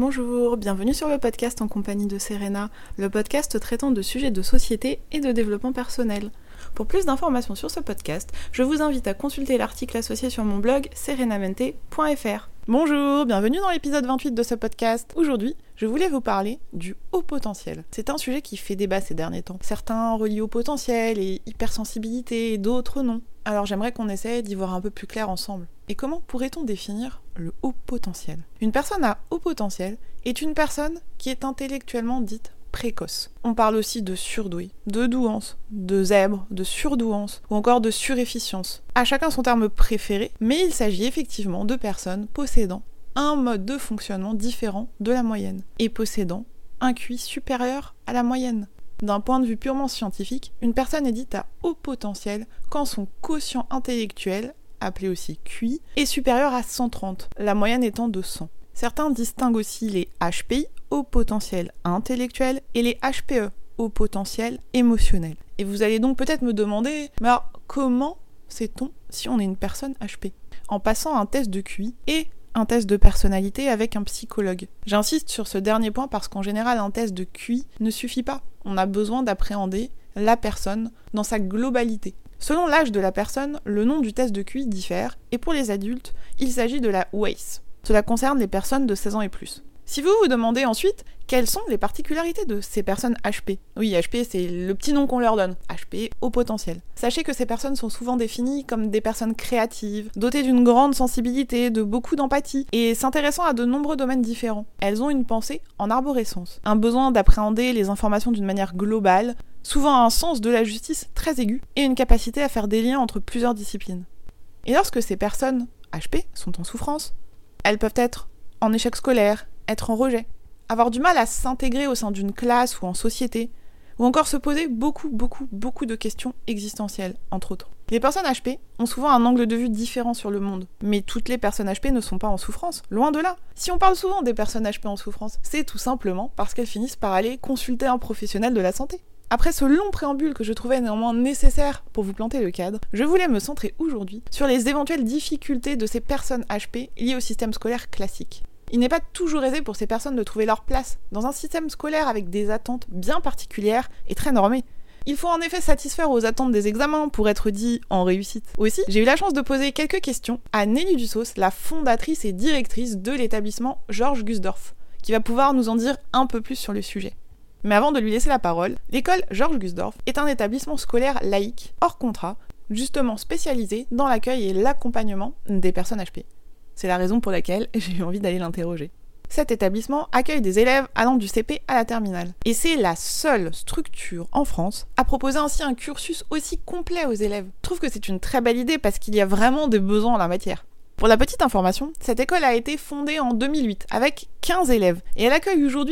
Bonjour, bienvenue sur le podcast en compagnie de Serena, le podcast traitant de sujets de société et de développement personnel. Pour plus d'informations sur ce podcast, je vous invite à consulter l'article associé sur mon blog serenamente.fr. Bonjour, bienvenue dans l'épisode 28 de ce podcast. Aujourd'hui, je voulais vous parler du haut potentiel. C'est un sujet qui fait débat ces derniers temps. Certains relient au potentiel et hypersensibilité et d'autres non. Alors j'aimerais qu'on essaie d'y voir un peu plus clair ensemble. Et comment pourrait-on définir le haut potentiel ? Une personne à haut potentiel est une personne qui est intellectuellement dite précoce. On parle aussi de surdoué, de douance, de zèbre, de surdouance ou encore de surefficience. À chacun son terme préféré, mais il s'agit effectivement de personnes possédant un mode de fonctionnement différent de la moyenne et possédant un QI supérieur à la moyenne. D'un point de vue purement scientifique, une personne est dite à haut potentiel quand son quotient intellectuel, appelé aussi QI, est supérieur à 130, la moyenne étant de 100. Certains distinguent aussi les HPI, haut potentiel intellectuel, et les HPE, haut potentiel émotionnel. Et vous allez donc peut-être me demander, mais alors comment sait-on si on est une personne HP ? En passant un test de QI et un test de personnalité avec un psychologue. J'insiste sur ce dernier point parce qu'en général, un test de QI ne suffit pas. On a besoin d'appréhender la personne dans sa globalité. Selon l'âge de la personne, le nom du test de QI diffère, et pour les adultes, il s'agit de la WAIS. Cela concerne les personnes de 16 ans et plus. Si vous vous demandez ensuite quelles sont les particularités de ces personnes HP, oui, HP c'est le petit nom qu'on leur donne, HP haut potentiel. Sachez que ces personnes sont souvent définies comme des personnes créatives, dotées d'une grande sensibilité, de beaucoup d'empathie, et s'intéressant à de nombreux domaines différents. Elles ont une pensée en arborescence, un besoin d'appréhender les informations d'une manière globale, souvent un sens de la justice très aigu, et une capacité à faire des liens entre plusieurs disciplines. Et lorsque ces personnes HP sont en souffrance, elles peuvent être en échec scolaire, être en rejet, avoir du mal à s'intégrer au sein d'une classe ou en société, ou encore se poser beaucoup de questions existentielles, entre autres. Les personnes HP ont souvent un angle de vue différent sur le monde, mais toutes les personnes HP ne sont pas en souffrance, loin de là. Si on parle souvent des personnes HP en souffrance, c'est tout simplement parce qu'elles finissent par aller consulter un professionnel de la santé. Après ce long préambule que je trouvais néanmoins nécessaire pour vous planter le cadre, je voulais me centrer aujourd'hui sur les éventuelles difficultés de ces personnes HP liées au système scolaire classique. Il n'est pas toujours aisé pour ces personnes de trouver leur place dans un système scolaire avec des attentes bien particulières et très normées. Il faut en effet satisfaire aux attentes des examens pour être dit en réussite. Aussi, j'ai eu la chance de poser quelques questions à Nelly Dussos, la fondatrice et directrice de l'établissement Georges Gusdorf, qui va pouvoir nous en dire un peu plus sur le sujet. Mais avant de lui laisser la parole, l'école Georges Gusdorf est un établissement scolaire laïque, hors contrat, justement spécialisé dans l'accueil et l'accompagnement des personnes HP. C'est la raison pour laquelle j'ai eu envie d'aller l'interroger. Cet établissement accueille des élèves allant du CP à la terminale. Et c'est la seule structure en France à proposer ainsi un cursus aussi complet aux élèves. Je trouve que c'est une très belle idée parce qu'il y a vraiment des besoins en la matière. Pour la petite information, cette école a été fondée en 2008 avec 15 élèves et elle accueille aujourd'hui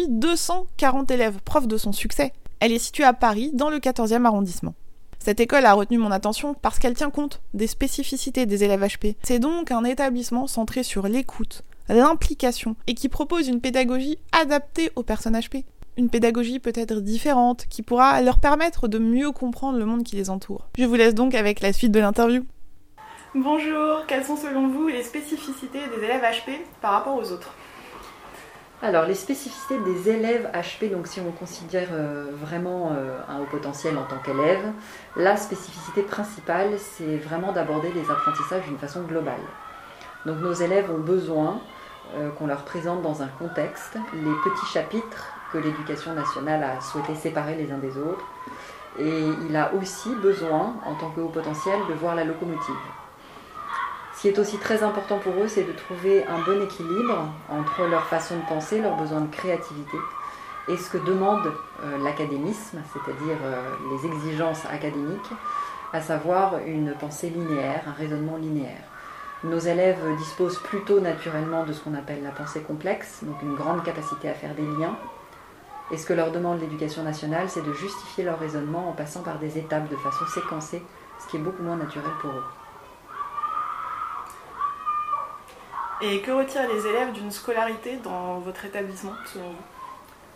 240 élèves, preuve de son succès. Elle est située à Paris, dans le 14e arrondissement. Cette école a retenu mon attention parce qu'elle tient compte des spécificités des élèves HP. C'est donc un établissement centré sur l'écoute, l'implication et qui propose une pédagogie adaptée aux personnes HP. Une pédagogie peut-être différente qui pourra leur permettre de mieux comprendre le monde qui les entoure. Je vous laisse donc avec la suite de l'interview. Bonjour, quelles sont selon vous les spécificités des élèves HP par rapport aux autres ? Alors, les spécificités des élèves HP, donc si on considère vraiment un haut potentiel en tant qu'élève, la spécificité principale, c'est vraiment d'aborder les apprentissages d'une façon globale. Donc nos élèves ont besoin qu'on leur présente dans un contexte les petits chapitres que l'Éducation nationale a souhaité séparer les uns des autres. Et il a aussi besoin, en tant que haut potentiel, de voir la locomotive. Ce qui est aussi très important pour eux, c'est de trouver un bon équilibre entre leur façon de penser, leurs besoins de créativité et ce que demande l'académisme, c'est-à-dire les exigences académiques, à savoir une pensée linéaire, un raisonnement linéaire. Nos élèves disposent plutôt naturellement de ce qu'on appelle la pensée complexe, donc une grande capacité à faire des liens. Et ce que leur demande l'Éducation nationale, c'est de justifier leur raisonnement en passant par des étapes de façon séquencée, ce qui est beaucoup moins naturel pour eux. Et que retirent les élèves d'une scolarité dans votre établissement, selon vous ?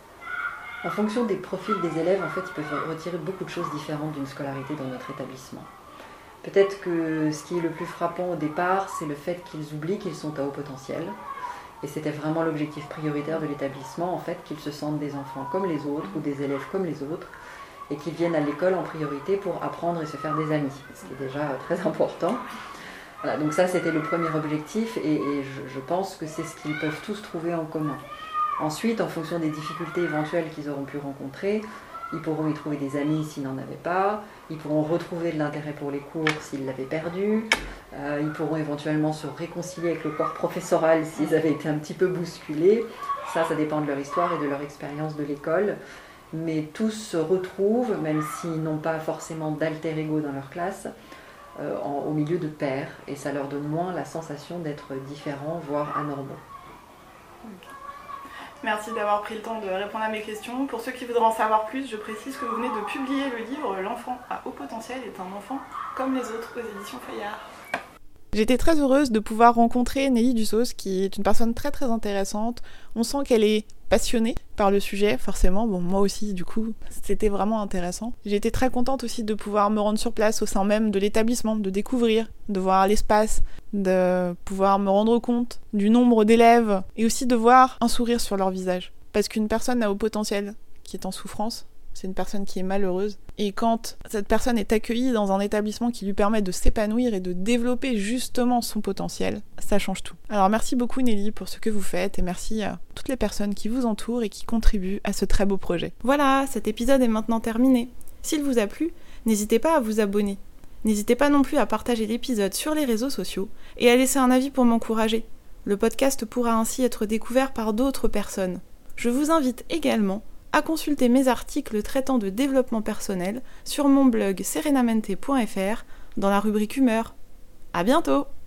En fonction des profils des élèves, en fait, ils peuvent retirer beaucoup de choses différentes d'une scolarité dans notre établissement. Peut-être que ce qui est le plus frappant au départ, c'est le fait qu'ils oublient qu'ils sont à haut potentiel Et c'était vraiment l'objectif prioritaire de l'établissement, en fait, qu'ils se sentent des enfants comme les autres ou des élèves comme les autres et qu'ils viennent à l'école en priorité pour apprendre et se faire des amis, ce qui est déjà très important. Voilà, donc ça, c'était le premier objectif et je pense que c'est ce qu'ils peuvent tous trouver en commun. Ensuite, en fonction des difficultés éventuelles qu'ils auront pu rencontrer, ils pourront y trouver des amis s'ils n'en avaient pas, ils pourront retrouver de l'intérêt pour les cours s'ils l'avaient perdu, ils pourront éventuellement se réconcilier avec le corps professoral s'ils avaient été un petit peu bousculés. Ça dépend de leur histoire et de leur expérience de l'école. Mais tous se retrouvent, même s'ils n'ont pas forcément d'alter ego dans leur classe, au milieu de pairs. Et ça leur donne moins la sensation d'être différents, voire anormaux. Merci d'avoir pris le temps de répondre à mes questions. Pour ceux qui voudraient en savoir plus, je précise que vous venez de publier le livre « L'enfant à haut potentiel est un enfant comme les autres » aux éditions Fayard. J'étais très heureuse de pouvoir rencontrer Nelly Dussos, qui est une personne très très intéressante. On sent qu'elle est passionnée par le sujet, forcément. Bon, moi aussi, du coup, c'était vraiment intéressant. J'ai été très contente aussi de pouvoir me rendre sur place au sein même de l'établissement, de découvrir, de voir l'espace, de pouvoir me rendre compte du nombre d'élèves et aussi de voir un sourire sur leur visage. Parce qu'une personne à haut potentiel qui est en souffrance, c'est une personne qui est malheureuse. Et quand cette personne est accueillie dans un établissement qui lui permet de s'épanouir et de développer justement son potentiel, ça change tout. Alors merci beaucoup Nelly pour ce que vous faites et merci à toutes les personnes qui vous entourent et qui contribuent à ce très beau projet. Voilà, cet épisode est maintenant terminé. S'il vous a plu, n'hésitez pas à vous abonner. N'hésitez pas non plus à partager l'épisode sur les réseaux sociaux et à laisser un avis pour m'encourager. Le podcast pourra ainsi être découvert par d'autres personnes. Je vous invite également à consulter mes articles traitant de développement personnel sur mon blog serenamente.fr dans la rubrique humeur. À bientôt!